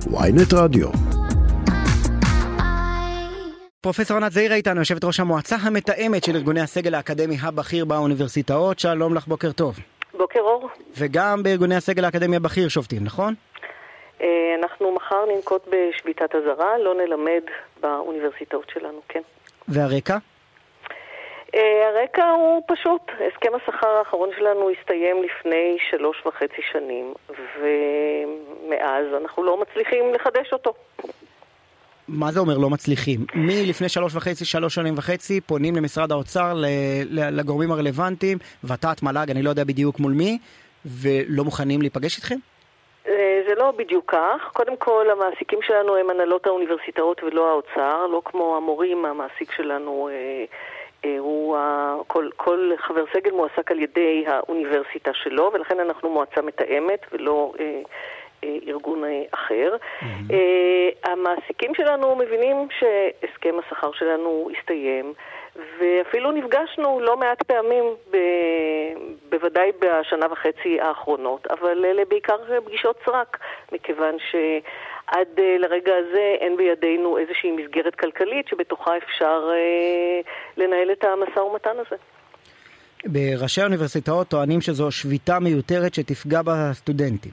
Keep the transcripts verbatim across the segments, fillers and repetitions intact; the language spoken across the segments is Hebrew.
וויינט רדיו. פרופסור ענת זעירא איתנו, יושבת ראש המועצה המתאמת של ארגוני הסגל האקדמי הבכיר באוניברסיטאות. שלום לך, בוקר טוב. בוקר אור. וגם בארגוני הסגל האקדמי הבכיר שופטים, נכון? אנחנו מחר ננקוט בשביתת אזהרה, לא נלמד באוניברסיטאות שלנו, כן. והרקע? הרקע הוא פשוט, הסכם השכר האחרון שלנו הסתיים לפני שלוש וחצי שנים, ומאז אנחנו לא מצליחים לחדש אותו. מה זה אומר לא מצליחים? מי לפני שלוש וחצי, שלוש שנים וחצי, פונים למשרד האוצר, לגורמים הרלוונטיים, ות"ת, מל"ג, אני לא יודע בדיוק מול מי, ולא מוכנים להיפגש איתכם? זה לא בדיוק כך. קודם כל, המעסיקים שלנו הם הנהלות האוניברסיטאות ולא האוצר, לא כמו המורים, המעסיק שלנו הוא, כל, כל חבר סגל מועסק על ידי האוניברסיטה שלו, ולכן אנחנו מועצה מתאמת ולא ארגון אחר. Mm-hmm. המעסיקים שלנו מבינים שהסכם השכר שלנו הסתיים, ואפילו נפגשנו לא מעט פעמים, ב... בוודאי בשנה וחצי האחרונות, אבל אלה בעיקר פגישות סרק, מכיוון שעד לרגע הזה אין בידינו איזושהי מסגרת כלכלית שבתוכה אפשר אה, לנהל את המשא ומתן הזה. בראשי האוניברסיטאות טוענים שזו שביתה מיותרת שתפגע בסטודנטים.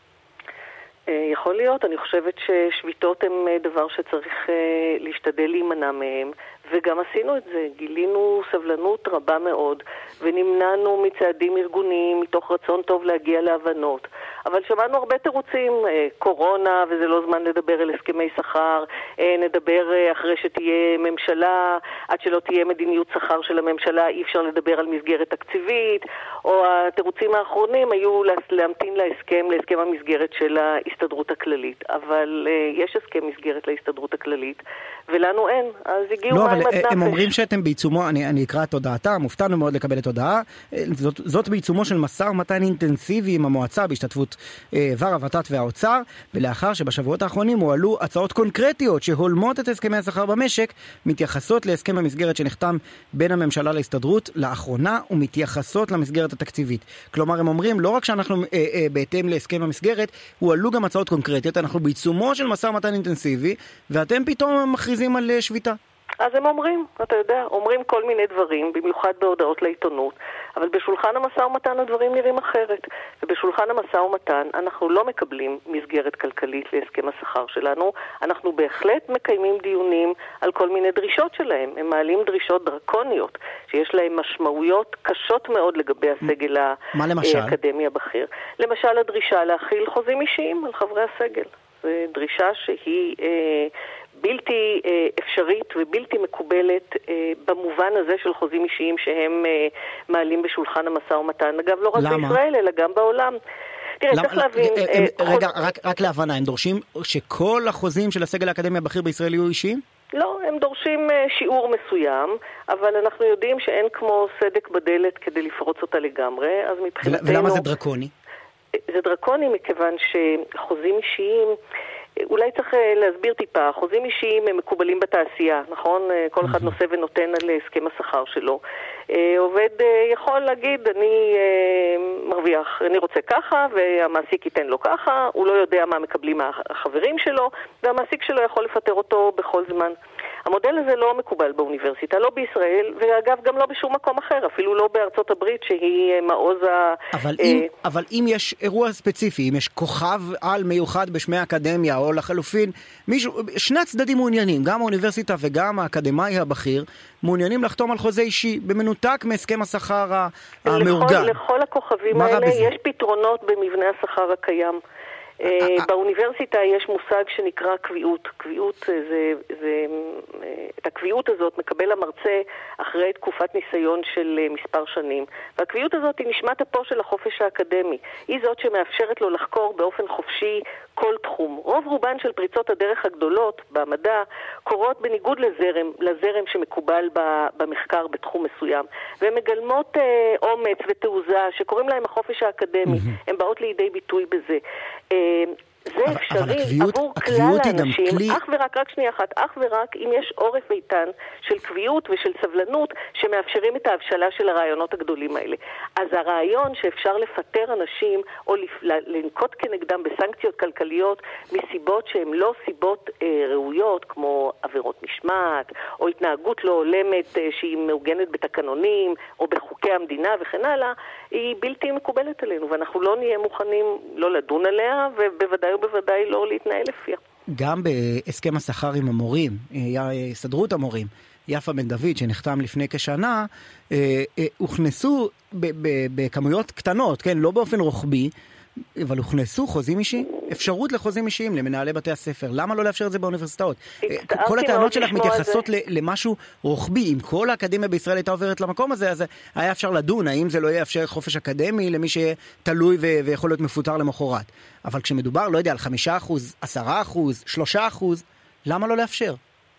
יכול להיות, אני חושבת ששביתות הם דבר שצריך להשתדל להימנע מהם, וגם עשינו את זה, גילינו סבלנות רבה מאוד, ונמנענו מצעדים ארגוניים מתוך רצון טוב להגיע להבנות. אבל שמענו הרבה תירוצים, קורונה, וזה לא זמן לדבר על הסכמי שכר, נדבר אחרי שתהיה ממשלה, עד שלא תהיה מדיניות שכר של הממשלה, אי אפשר לדבר על מסגרת תקציבית, או התירוצים האחרונים היו להמתין להסכם, להסכם המסגרת של ההסתדרות הכללית. אבל יש הסכם מסגרת להסתדרות הכללית, ולנו אין, אז הגיעו לא, מים עד נפש. הם אומרים שאתם בעיצומו, אני, אני אקרא את הודעתם, מופתענו מאוד לקבל את הודעה, זאת, זאת בעיצומו של משא ומתן אינטנסיבי עם המועצה בהשתתפות ור הוות"ת והאוצר, ולאחר שבשבועות האחרונים הועלו הצעות קונקרטיות שהולמות את הסכמי השכר במשק, מתייחסות להסכם המסגרת שנחתם בין הממשלה להסתדרות לאחרונה, ומתייחסות למסגרת התקציבית. כלומר, הם אומרים, לא רק שאנחנו אה, אה, בהתאם להסכם המסגרת, הועלו גם הצעות קונקרטיות, אנחנו בעיצומו של משא ומתן אינטנסיבי, ואתם פתאום מכריזים על שביתה. אז הם אומרים, אתה יודע, אומרים כל מיני דברים, במיוחד בהודעות לעיתונות, אבל בשולחן המשא ומתן הדברים נראים אחרת. ובשולחן המשא ומתן אנחנו לא מקבלים מסגרת כלכלית להסכם השכר שלנו, אנחנו בהחלט מקיימים דיונים על כל מיני דרישות שלהם. הם מעלים דרישות דרקוניות, שיש להם משמעויות קשות מאוד לגבי הסגל האקדמי הבכיר. למשל, הדרישה להכיל חוזים אישיים על חברי הסגל. זו דרישה שהיא אה, בלתי אה, אפשרית ובלתי מקובלת אה, במובן הזה של חוזים אישיים שהם אה, מעלים בשולחן המשא ומתן. אגב, לא רק למה? בישראל, אלא גם בעולם. תראה, צריך להבין... אה, אה, רגע, חוז... רק, רק להבנה, הם דורשים שכל החוזים של הסגל האקדמי הבכיר בישראל יהיו אישיים? לא, הם דורשים אה, שיעור מסוים, אבל אנחנו יודעים שאין כמו סדק בדלת כדי לפרוץ אותה לגמרי, אז מבחינתנו... ולמה זה דרקוני? זה דרקוני מכיוון שחוזים אישיים, אולי צריך להסביר טיפה, חוזים אישיים הם מקובלים בתעשייה, נכון? כל אחד נושא ונותן על הסכם השכר שלו. עובד יכול להגיד, אני מרוויח, אני רוצה ככה, והמעסיק ייתן לו ככה, הוא לא יודע מה מקבלים החברים שלו, והמעסיק שלו יכול לפטר אותו בכל זמן. המודל הזה לא מקובל באוניברסיטה, לא בישראל, ואגב גם לא בשום מקום אחר, אפילו לא בארצות הברית שהיא מעוז ה... אבל, אה... אם, אבל אם יש אירוע ספציפי, אם יש כוכב על מיוחד בשמי האקדמיה, או לחלופין, מישהו, שני הצדדים מעוניינים, גם האוניברסיטה וגם האקדמאי הבכיר, מעוניינים לחתום על חוזה אישי, במנותק מהסכם השכר המאורגן. לכל, לכל הכוכבים האלה יש פתרונות במבנה השכר הקיים. באוניברסיטה יש מושג שנקרא קביעות. קביעות זה, זה, את הקביעות הזאת מקבל המרצה אחרי תקופת ניסיון של מספר שנים. והקביעות הזאת היא נשמת אפו של החופש האקדמי. היא זאת שמאפשרת לו לחקור באופן חופשי כל תחום. רוב רובן של פריצות הדרך הגדולות במדע קורות בניגוד לזרם, לזרם שמקובל במחקר בתחום מסוים. והן מגלמות אה, אומץ ותעוזה שקוראים להם החופש האקדמי. הן באות לידי ביטוי בזה. זה אפשרי עבור עבור כלל האנשים, אך ורק, רק שנייה אחת, אך ורק אם יש עורף איתן של קביעות ושל סבלנות שמאפשרים את ההבשלה של הרעיונות הגדולים האלה. אז הרעיון שאפשר לפטר אנשים או לנקוט כנגדם בסנקציות כלכליות מסיבות שהן לא סיבות אה, ראויות, כמו עבירות משמעת, או התנהגות לא הולמת אה, שהיא מעוגנת בתקנונים, או בחוקי המדינה וכן הלאה, היא בלתי מקובלת עלינו, ואנחנו לא נהיה מוכנים לא לדון עליה, ובוודאי ובוודאי לא להתנהל לפיה. גם בהסכם השכר עם המורים, הסתדרות המורים, יפה בן דוד, שנחתם לפני כשנה, הוכנסו בכמויות קטנות, כן, לא באופן רוחבי, אבל הוכנסו חוזים אישיים, אפשרות לחוזים אישיים למנהלי בתי הספר. למה לא לאפשר את זה באוניברסיטאות? כל הטענות שלך מתייחסות למשהו רוחבי. אם כל האקדמיה בישראל הייתה עוברת למקום הזה, אז היה אפשר לדון, האם זה לא יאפשר חופש אקדמי למי שתלוי ויכול להיות מפוטר למחרת. אבל כשמדובר, לא יודע, על חמישה אחוז, עשרה אחוז, שלושה אחוז, למה לא לאפשר?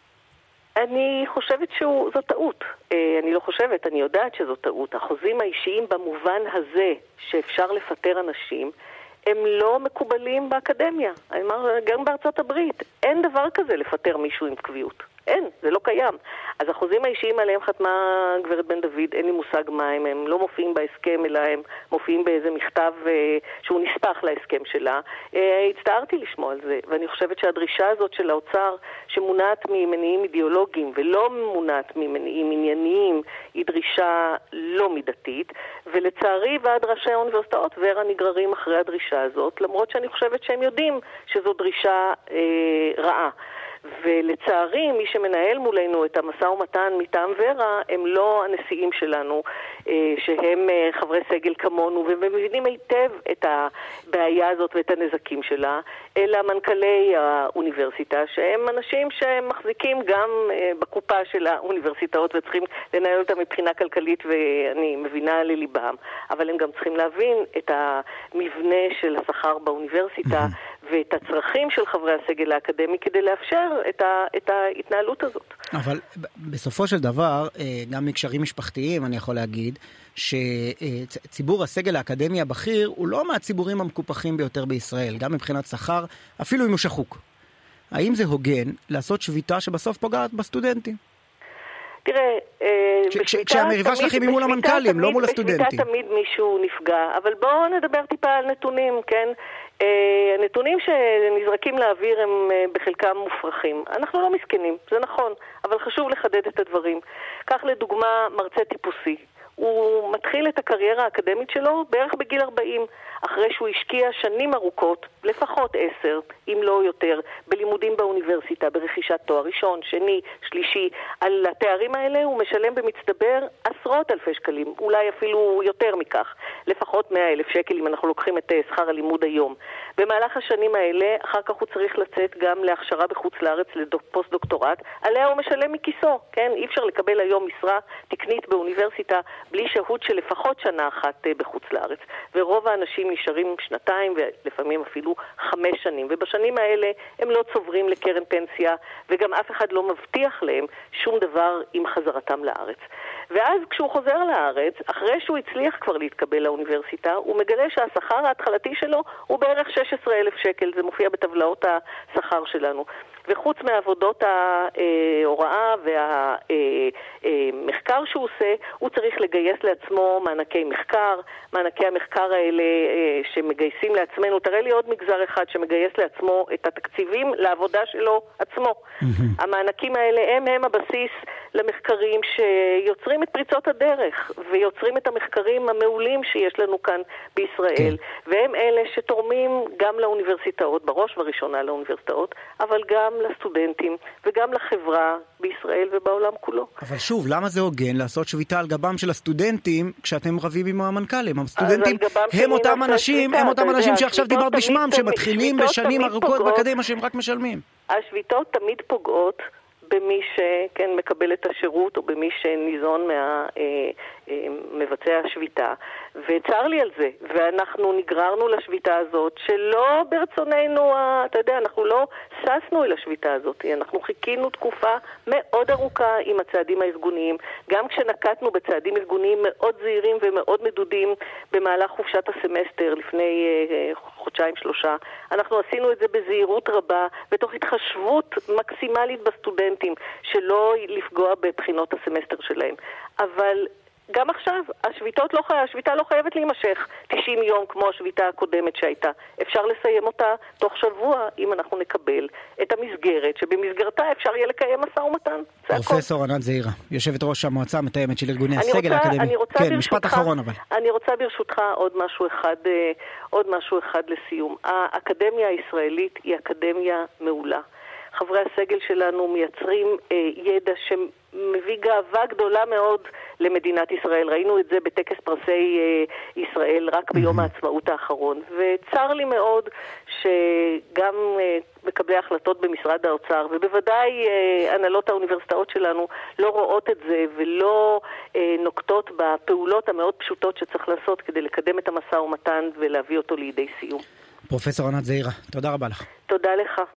אני חושבת שזו טעות. אני לא חושבת, אני יודעת שזו טעות. החוזים האישיים במובן הזה שאפשר לפטר אנשים, הם לא מקובלים באקדמיה. אני אומר, גם בארצות הברית, אין דבר כזה לפטר מישהו עם קביעות. אין, זה לא קיים. אז החוזים האישיים עליהם חתמה גברת בן דוד, אין לי מושג מה הם, הם לא מופיעים בהסכם, אלא הם מופיעים באיזה מכתב אה, שהוא נספח להסכם שלה. אה, הצטערתי לשמוע על זה, ואני חושבת שהדרישה הזאת של האוצר, שמונעת ממניעים אידיאולוגיים ולא מונעת ממניעים ענייניים, היא דרישה לא מידתית, ולצערי ועד ראשי האוניברסיטאות ורה נגררים אחרי הדרישה הזאת, למרות שאני חושבת שהם יודעים שזו דרישה אה, רעה. ולצערי, מי שמנהל מולנו את המשא ומתן מטעם ורה, הם לא הנשיאים שלנו, שהם חברי סגל כמונו, והם מבינים היטב את הבעיה הזאת ואת הנזקים שלה, אלא מנכ"לי האוניברסיטה, שהם אנשים שמחזיקים גם בקופה של האוניברסיטאות, וצריכים לנהל אותם מבחינה כלכלית, ואני מבינה לליבם, אבל הם גם צריכים להבין את המבנה של השכר באוניברסיטה, ואת הצרכים של חברי הסגל האקדמי, כדי לאפשר את, ה, את ההתנהלות הזאת. אבל בסופו של דבר, גם מקשרים משפחתיים, אני יכול להגיד, שציבור הסגל האקדמי הבכיר, הוא לא מהציבורים המקופחים ביותר בישראל, גם מבחינת שכר, אפילו אם הוא שחוק. האם זה הוגן לעשות שביתה שבסוף פוגעת בסטודנטים? תראה, כשהמריבה שלכם היא מול המנכ"לים, לא מול הסטודנטים. בשביתה תמיד מישהו נפגע, אבל בואו נדבר טיפה על נתונים, כן? הנתונים שנזרקים לאוויר הם בחלקם מופרכים. אנחנו לא מסכנים, זה נכון, אבל חשוב לחדד את הדברים. כך לדוגמה מרצה טיפוסי. הוא מתחיל את הקריירה האקדמית שלו בערך בגיל ארבעים, אחרי שהוא השקיע שנים ארוכות, לפחות עשר, אם לא יותר, בלימודים באוניברסיטה, ברכישת תואר ראשון, שני, שלישי. על התארים האלה הוא משלם במצטבר עשרות אלפי שקלים, אולי אפילו יותר מכך, לפחות מאה אלף שקל אם אנחנו לוקחים את שכר הלימוד היום. במהלך השנים האלה, אחר כך הוא צריך לצאת גם להכשרה בחוץ לארץ לפוסט דוקטורט, עליה הוא משלם מכיסו, כן? אי אפשר לקבל היום משרה תקנית באוניברסיטה בלי שהות של לפחות שנה אחת בחוץ לארץ. ורוב האנשים נשארים שנתיים ולפעמים אפילו חמש שנים. ובשנים האלה הם לא צוברים לקרן פנסיה, וגם אף אחד לא מבטיח להם שום דבר עם חזרתם לארץ. ואז כשהוא חוזר לארץ, אחרי שהוא הצליח כבר להתקבל לאוניברסיטה, הוא מגלה שהשכר ההתחלתי שלו הוא בערך שש עשרה אלף שקל. זה מופיע בטבלאות השכר שלנו. וחוץ מהעבודות ההוראה והמחקר שהוא עושה, הוא צריך לגייס לעצמו מענקי מחקר. מענקי המחקר האלה שמגייסים לעצמנו, תראה לי עוד מגזר אחד שמגייס לעצמו את התקציבים לעבודה שלו עצמו. המענקים האלה הם הם הבסיס למחקרים שיוצרים את פריצות הדרך, ויוצרים את המחקרים המעולים שיש לנו כאן בישראל, והם אלה שתורמים גם לאוניברסיטאות, בראש וראשונה לאוניברסיטאות, אבל גם לסטודנטים וגם לחברה בישראל ובעולם כולו. אבל שוב, למה זה הוגן לעשות שביתה על גבם של הסטודנטים כשאתם רבים עם המנכ"לים? הסטודנטים הם אותם אנשים, הם אותם אנשים שעכשיו דיברת בשמם, שמתחילים בשנים ארוכות באקדמיה שהם רק משלמים. השביתות תמיד פוגעות במי שכן מקבל את השירות או במי שניזון מהמבצע השביתה. וצר לי על זה, ואנחנו נגררנו לשביתה הזאת, שלא ברצוננו, אתה יודע, אנחנו לא ססנו אל השביתה הזאת, אנחנו חיכינו תקופה מאוד ארוכה עם הצעדים הארגוניים, גם כשנקטנו בצעדים ארגוניים מאוד זהירים ומאוד מדודים במהלך חופשת הסמסטר לפני uh, חודשיים שלושה, אנחנו עשינו את זה בזהירות רבה, ותוך התחשבות מקסימלית בסטודנטים, שלא לפגוע בבחינות הסמסטר שלהם. אבל גם עכשיו, השביתות לא חי... השביתה לא חייבת להימשך תשעים יום כמו השביתה הקודמת שהייתה. אפשר לסיים אותה תוך שבוע אם אנחנו נקבל את המסגרת, שבמסגרתה אפשר יהיה לקיים משא ומתן. פרופסור ענת זעירה, יושבת ראש המועצה המתאמת של ארגוני הסגל רוצה, האקדמי. אני רוצה כן, ברשותך, משפט אחרון אבל. אני רוצה ברשותך עוד משהו אחד, עוד משהו אחד לסיום. האקדמיה הישראלית היא אקדמיה מעולה. חברי הסגל שלנו מייצרים אה, ידע שמביא גאווה גדולה מאוד למדינת ישראל. ראינו את זה בטקס פרסי אה, ישראל רק ביום העצמאות האחרון. וצר לי מאוד שגם אה, מקבלי ההחלטות במשרד האוצר, ובוודאי אה, הנהלות האוניברסיטאות שלנו לא רואות את זה ולא אה, נוקטות בפעולות המאוד פשוטות שצריך לעשות כדי לקדם את המשא ומתן ולהביא אותו לידי סיום. פרופסור ענת זעירה, תודה רבה לך. תודה לך.